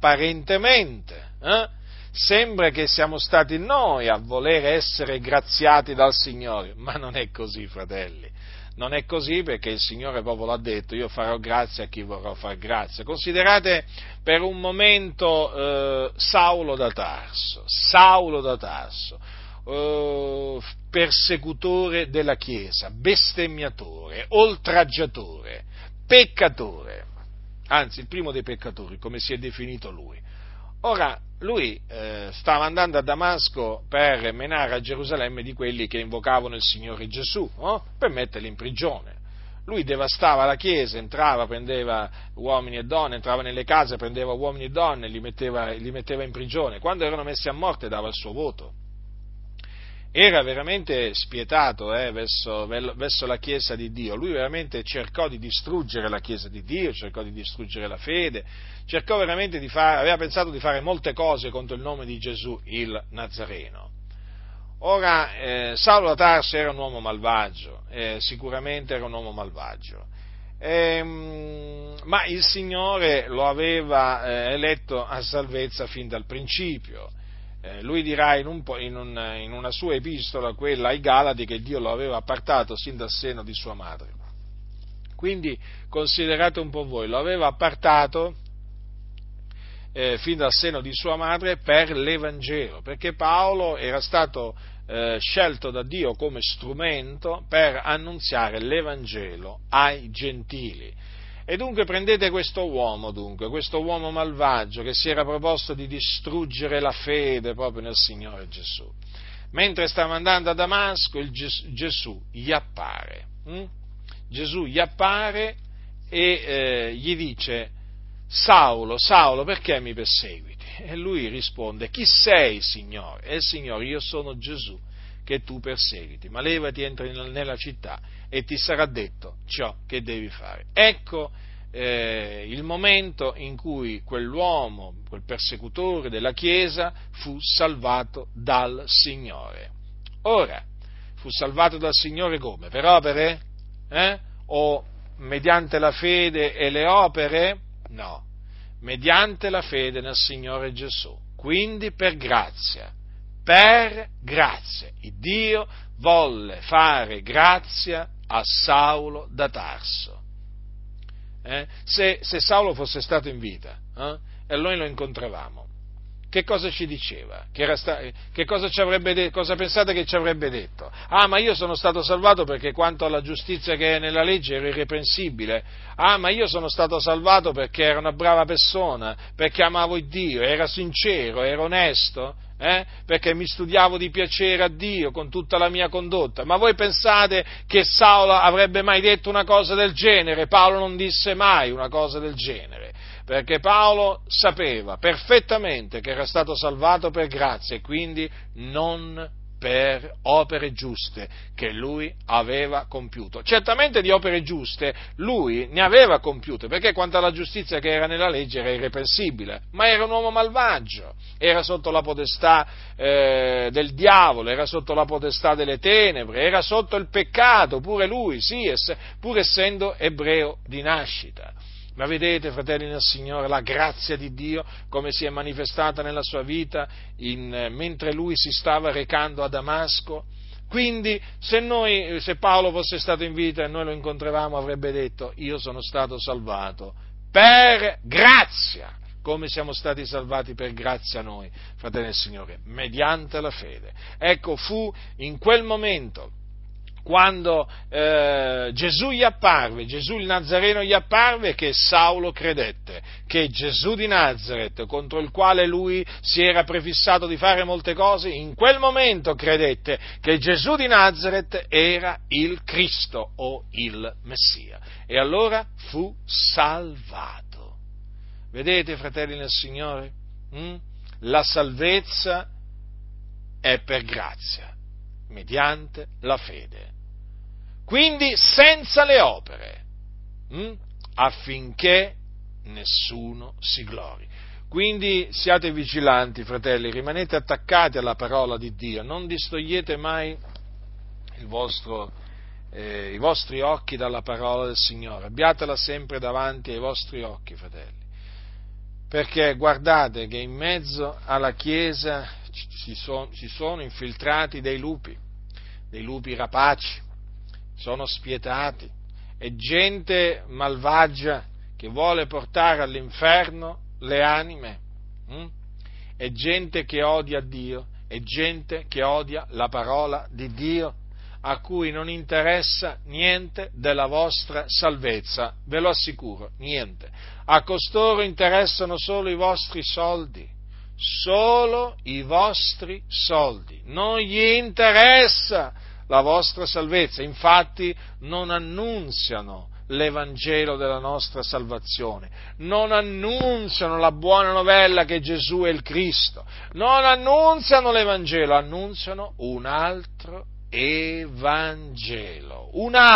sembra che siamo stati noi a voler essere graziati dal Signore, ma non è così, fratelli. Non è così, perché il Signore proprio l'ha detto, io farò grazia a chi vorrò far grazia. Considerate per un momento Saulo da Tarso, persecutore della Chiesa, bestemmiatore, oltraggiatore, peccatore, anzi il primo dei peccatori, come si è definito lui. Ora, lui stava andando a Damasco per menare a Gerusalemme di quelli che invocavano il Signore Gesù, per metterli in prigione. Lui devastava la chiesa, entrava, prendeva uomini e donne, entrava nelle case, prendeva uomini e donne, li metteva in prigione. Quando erano messi a morte dava il suo voto. Era veramente spietato verso la Chiesa di Dio. Lui veramente cercò di distruggere la Chiesa di Dio, cercò di distruggere la fede, cercò veramente aveva pensato di fare molte cose contro il nome di Gesù, il Nazareno. Ora, Saulo da Tarso era un uomo malvagio, sicuramente era un uomo malvagio, ma il Signore lo aveva eletto a salvezza fin dal principio. Lui dirà in una sua epistola, quella ai Galati, che Dio lo aveva appartato sin dal seno di sua madre. Quindi considerate un po' voi, lo aveva appartato fin dal seno di sua madre per l'Evangelo, perché Paolo era stato scelto da Dio come strumento per annunziare l'Evangelo ai gentili. E dunque prendete questo uomo malvagio che si era proposto di distruggere la fede proprio nel Signore Gesù, mentre stava andando a Damasco, Gesù gli appare. Gesù gli appare e gli dice: Saulo, Saulo, perché mi perseguiti? E lui risponde: chi sei, Signore? E il Signore: io sono Gesù che tu perseguiti, ma levati, entra nella città e ti sarà detto ciò che devi fare. Ecco il momento in cui quell'uomo, quel persecutore della Chiesa, fu salvato dal Signore. Ora, fu salvato dal Signore come? Per opere? O mediante la fede e le opere? No, mediante la fede nel Signore Gesù, quindi per grazia. Per grazia. Il Dio volle fare grazia a Saulo da Tarso. Se Saulo fosse stato in vita e noi lo incontravamo, che cosa ci diceva? Che cosa ci avrebbe detto? Cosa pensate che ci avrebbe detto? Ma io sono stato salvato perché quanto alla giustizia che è nella legge ero irreprensibile. Ma io sono stato salvato perché ero una brava persona, perché amavo il Dio, era sincero, era onesto, perché mi studiavo di piacere a Dio con tutta la mia condotta. Ma voi pensate che Saulo avrebbe mai detto una cosa del genere? Paolo non disse mai una cosa del genere, perché Paolo sapeva perfettamente che era stato salvato per grazia e quindi non per opere giuste che lui aveva compiuto. Certamente di opere giuste lui ne aveva compiute, perché quanto alla giustizia che era nella legge era irreprensibile, ma era un uomo malvagio, era sotto la potestà del diavolo, era sotto la potestà delle tenebre, era sotto il peccato, pure lui, sì, pur essendo ebreo di nascita. Ma vedete, fratelli nel Signore, la grazia di Dio come si è manifestata nella sua vita mentre lui si stava recando a Damasco? Quindi se Paolo fosse stato in vita e noi lo incontravamo, avrebbe detto: io sono stato salvato per grazia, come siamo stati salvati per grazia noi, fratelli del Signore, mediante la fede. Ecco, fu in quel momento, quando Gesù il Nazareno gli apparve, che Saulo credette che Gesù di Nazaret, contro il quale lui si era prefissato di fare molte cose, in quel momento credette che Gesù di Nazaret era il Cristo o il Messia, e allora fu salvato. Vedete, fratelli nel Signore? La salvezza è per grazia, mediante la fede. Quindi senza le opere, affinché nessuno si glori. Quindi siate vigilanti, fratelli, rimanete attaccati alla parola di Dio, non distogliete mai i vostri occhi dalla parola del Signore, abbiatela sempre davanti ai vostri occhi, fratelli, perché guardate che in mezzo alla Chiesa si sono infiltrati dei lupi rapaci, sono spietati, è gente malvagia che vuole portare all'inferno le anime, è gente che odia Dio, è gente che odia la parola di Dio, a cui non interessa niente della vostra salvezza, ve lo assicuro, niente. A costoro interessano solo i vostri soldi, non gli interessa la vostra salvezza, infatti non annunziano l'Evangelo della nostra salvazione, non annunziano la buona novella che Gesù è il Cristo, non annunziano l'Evangelo, annunziano un altro Evangelo,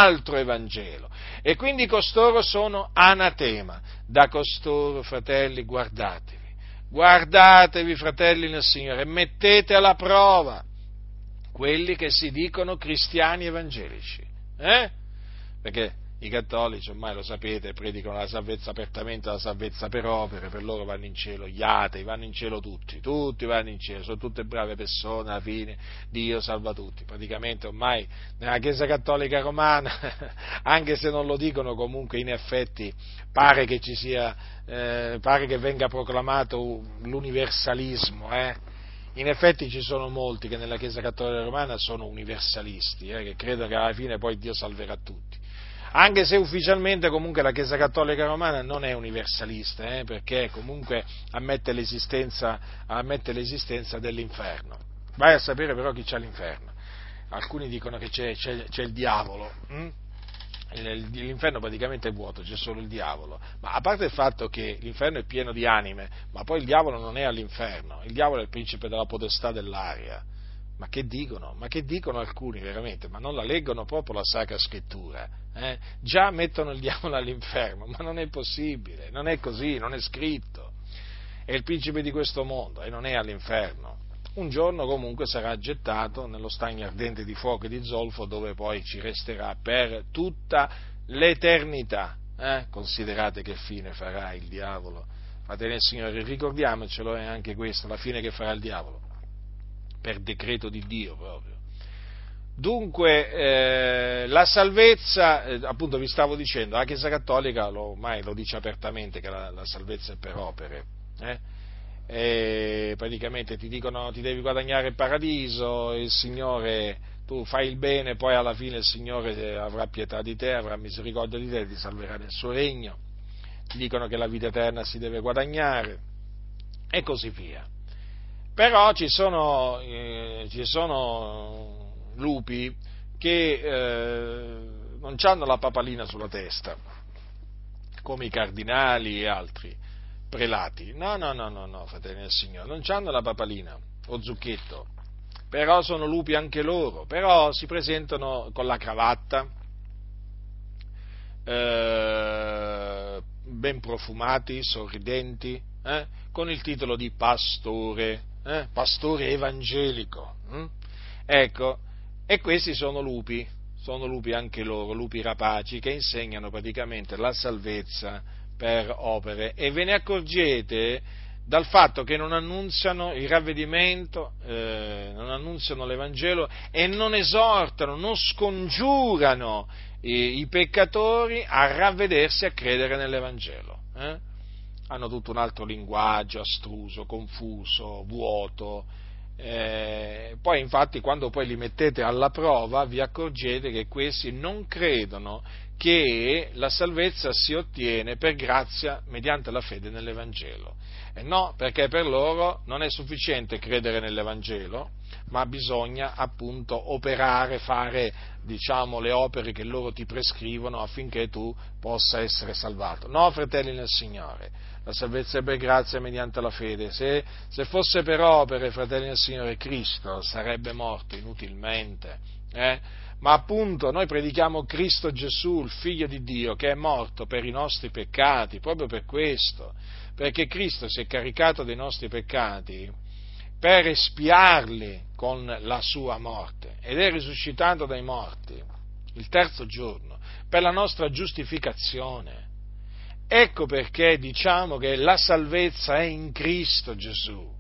e quindi costoro sono anatema. Da costoro, fratelli, guardatevi, fratelli nel Signore, e mettete alla prova quelli che si dicono cristiani evangelici, perché i cattolici, ormai lo sapete, predicano la salvezza apertamente, la salvezza per opere, per loro vanno in cielo gli atei, vanno in cielo tutti vanno in cielo, sono tutte brave persone, alla fine Dio salva tutti. Praticamente ormai nella Chiesa Cattolica Romana, anche se non lo dicono, comunque in effetti pare che ci sia, pare che venga proclamato l'universalismo, In effetti ci sono molti che nella Chiesa Cattolica Romana sono universalisti, che credono che alla fine poi Dio salverà tutti. Anche se ufficialmente comunque la Chiesa Cattolica Romana non è universalista, perché comunque ammette l'esistenza dell'inferno. Vai a sapere però chi c'è all'inferno. Alcuni dicono che c'è il diavolo. L'inferno praticamente è vuoto, c'è solo il diavolo. Ma a parte il fatto che l'inferno è pieno di anime, ma poi il diavolo non è all'inferno. Il diavolo è il principe della potestà dell'aria. Ma che dicono? Ma che dicono alcuni veramente? Ma non la leggono proprio la Sacra Scrittura? Già mettono il diavolo all'inferno, ma non è possibile, non è così, non è scritto. È il principe di questo mondo e non è all'inferno. Un giorno comunque sarà gettato nello stagno ardente di fuoco e di zolfo, dove poi ci resterà per tutta l'eternità. Considerate che fine farà il diavolo. Fratelli del Signore, ricordiamocelo, è anche questa la fine che farà il diavolo, per decreto di Dio proprio. Dunque, la salvezza, appunto vi stavo dicendo, la Chiesa Cattolica ormai lo dice apertamente che la salvezza è per opere, E praticamente ti dicono ti devi guadagnare il paradiso, il Signore, tu fai il bene, poi alla fine il Signore avrà pietà di te, avrà misericordia di te, ti salverà nel suo regno, ti dicono che la vita eterna si deve guadagnare e così via. Però ci sono lupi che non hanno la papalina sulla testa, come i cardinali e altri prelati. No, fratelli del Signore, non hanno la papalina o zucchetto, però sono lupi anche loro, però si presentano con la cravatta, ben profumati, sorridenti, con il titolo di pastore evangelico. Ecco, e questi sono lupi anche loro, lupi rapaci, che insegnano praticamente la salvezza per opere, e ve ne accorgete dal fatto che non annunziano il ravvedimento, non annunziano l'Evangelo e non esortano, non scongiurano i peccatori a ravvedersi e a credere nell'Evangelo. Hanno tutto un altro linguaggio, astruso, confuso, vuoto. Poi infatti quando poi li mettete alla prova vi accorgete che questi non credono che la salvezza si ottiene per grazia mediante la fede nell'Evangelo. No, perché per loro non è sufficiente credere nell'Evangelo, ma bisogna appunto operare, fare le opere che loro ti prescrivono affinché tu possa essere salvato. No, fratelli nel Signore, la salvezza è per grazia mediante la fede. Se fosse per opere, fratelli nel Signore, Cristo sarebbe morto inutilmente. Ma appunto noi predichiamo Cristo Gesù, il Figlio di Dio, che è morto per i nostri peccati, proprio per questo, perché Cristo si è caricato dei nostri peccati per espiarli con la sua morte, ed è risuscitato dai morti il terzo giorno per la nostra giustificazione. Ecco perché diciamo che la salvezza è in Cristo Gesù.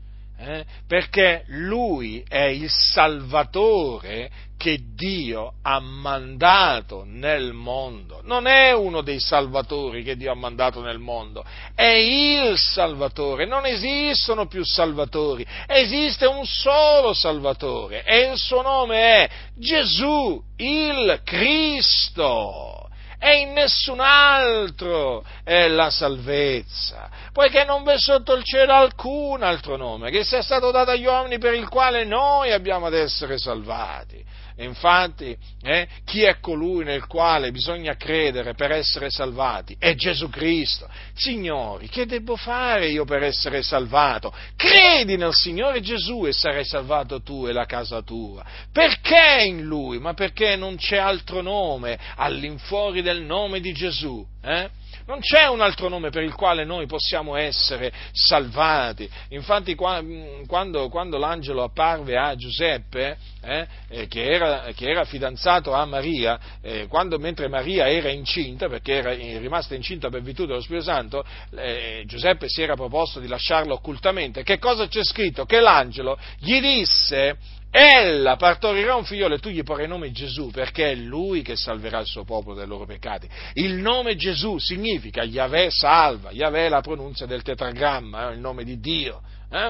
Perché Lui è il Salvatore che Dio ha mandato nel mondo. Non è uno dei salvatori che Dio ha mandato nel mondo, è il Salvatore. Non esistono più salvatori, esiste un solo Salvatore e il suo nome è Gesù, il Cristo. E in nessun altro è la salvezza, poiché non v'è sotto il cielo alcun altro nome che sia stato dato agli uomini per il quale noi abbiamo ad essere salvati. E infatti, chi è colui nel quale bisogna credere per essere salvati? È Gesù Cristo. Signori, che debbo fare io per essere salvato? Credi nel Signore Gesù e sarai salvato tu e la casa tua. Perché in Lui? Ma perché non c'è altro nome all'infuori del nome di Gesù, Non c'è un altro nome per il quale noi possiamo essere salvati. Infatti quando l'angelo apparve a Giuseppe, che era fidanzato a Maria, mentre Maria era incinta, perché era rimasta incinta per virtù dello Spirito Santo, Giuseppe si era proposto di lasciarla occultamente. Che cosa c'è scritto? Che l'angelo gli disse: ella partorirà un figliolo e tu gli porrai nome Gesù, perché è lui che salverà il suo popolo dai loro peccati. Il nome Gesù significa Yahweh salva, Yahweh è la pronuncia del tetragramma, il nome di Dio,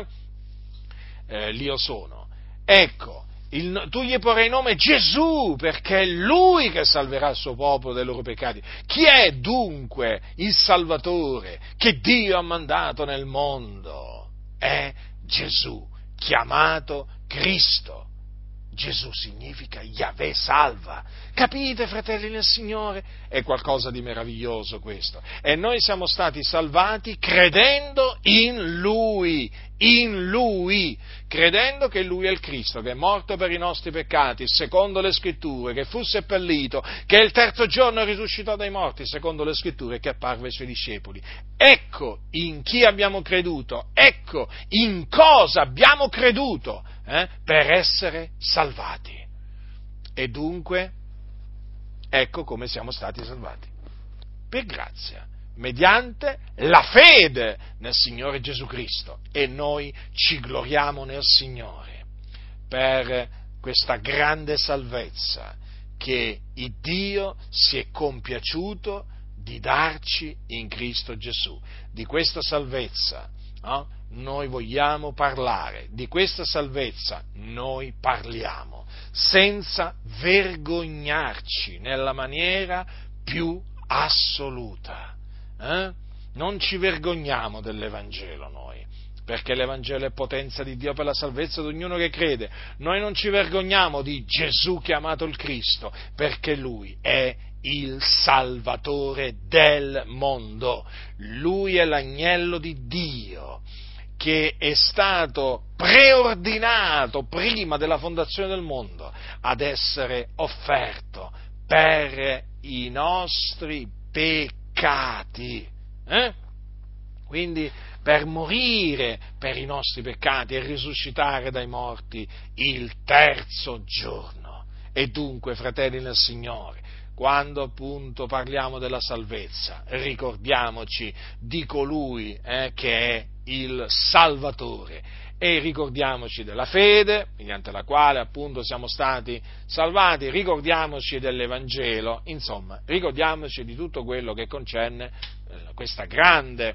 l'Io sono. Ecco, tu gli porrai nome Gesù, perché è lui che salverà il suo popolo dai loro peccati. Chi è dunque il Salvatore che Dio ha mandato nel mondo? È Gesù, chiamato Cristo. Gesù significa Yahweh salva. Capite, fratelli nel Signore? È qualcosa di meraviglioso questo. E noi siamo stati salvati credendo in Lui, credendo che Lui è il Cristo, che è morto per i nostri peccati, secondo le Scritture, che fu seppellito, che il terzo giorno risuscitò dai morti, secondo le Scritture, che apparve ai Suoi discepoli. Ecco in chi abbiamo creduto, ecco in cosa abbiamo creduto, per essere salvati. E dunque, ecco come siamo stati salvati. Per grazia, mediante la fede nel Signore Gesù Cristo. E noi ci gloriamo nel Signore per questa grande salvezza che il Dio si è compiaciuto di darci in Cristo Gesù. Di questa salvezza noi vogliamo parlare, di questa salvezza noi parliamo, senza vergognarci nella maniera più assoluta. Non ci vergogniamo dell'Evangelo noi, perché l'Evangelo è potenza di Dio per la salvezza di ognuno che crede. Noi non ci vergogniamo di Gesù chiamato il Cristo, perché Lui è il Salvatore del mondo. Lui è l'agnello di Dio che è stato preordinato prima della fondazione del mondo ad essere offerto per i nostri peccati. Quindi per morire per i nostri peccati e risuscitare dai morti il terzo giorno. E dunque, fratelli nel Signore, quando appunto parliamo della salvezza, ricordiamoci di colui che è il Salvatore, e ricordiamoci della fede, mediante la quale appunto siamo stati salvati, ricordiamoci dell'Evangelo, insomma, ricordiamoci di tutto quello che concerne questa grande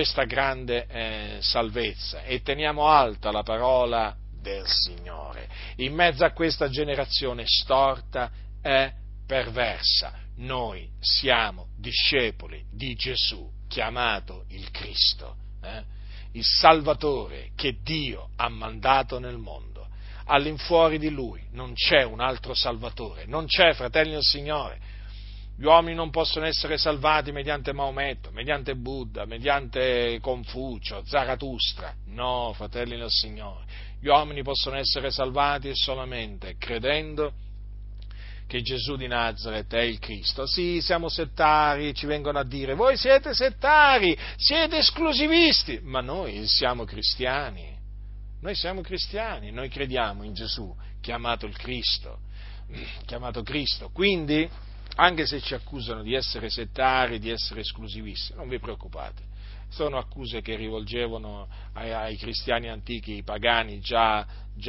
salvezza, e teniamo alta la parola del Signore in mezzo a questa generazione storta e perversa. Noi siamo discepoli di Gesù, chiamato il Cristo, il Salvatore che Dio ha mandato nel mondo. All'infuori di Lui non c'è un altro Salvatore, non c'è, fratelli del Signore. Gli uomini non possono essere salvati mediante Maometto, mediante Buddha, mediante Confucio, Zarathustra. No, fratelli del Signore. Gli uomini possono essere salvati solamente credendo che Gesù di Nazaret è il Cristo. Sì, siamo settari, ci vengono a dire, voi siete settari, siete esclusivisti, ma noi siamo cristiani, noi crediamo in Gesù, chiamato il Cristo, quindi, anche se ci accusano di essere settari, di essere esclusivisti, non vi preoccupate, sono accuse che rivolgevano ai cristiani antichi, ai pagani, già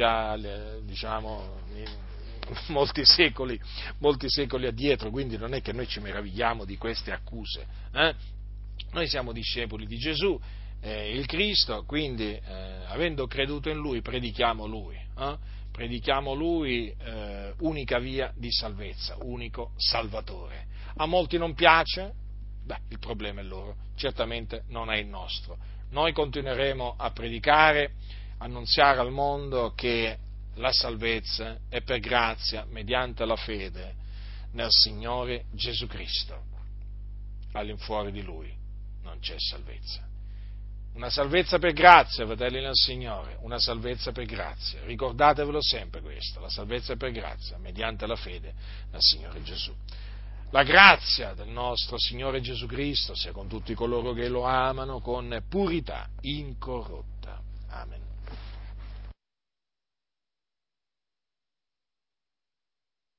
diciamo, molti secoli addietro, quindi non è che noi ci meravigliamo di queste accuse. Noi siamo discepoli di Gesù, il Cristo, quindi avendo creduto in Lui predichiamo Lui, unica via di salvezza, unico Salvatore. A molti non piace? Il problema è loro, certamente non è il nostro. Noi continueremo a predicare, annunziare al mondo che la salvezza è per grazia, mediante la fede nel Signore Gesù Cristo. All'infuori di Lui non c'è salvezza. Una salvezza per grazia, fratelli nel Signore, una salvezza per grazia. Ricordatevelo sempre questo, la salvezza è per grazia, mediante la fede nel Signore Gesù. La grazia del nostro Signore Gesù Cristo sia con tutti coloro che lo amano con purità incorrotta. Amen.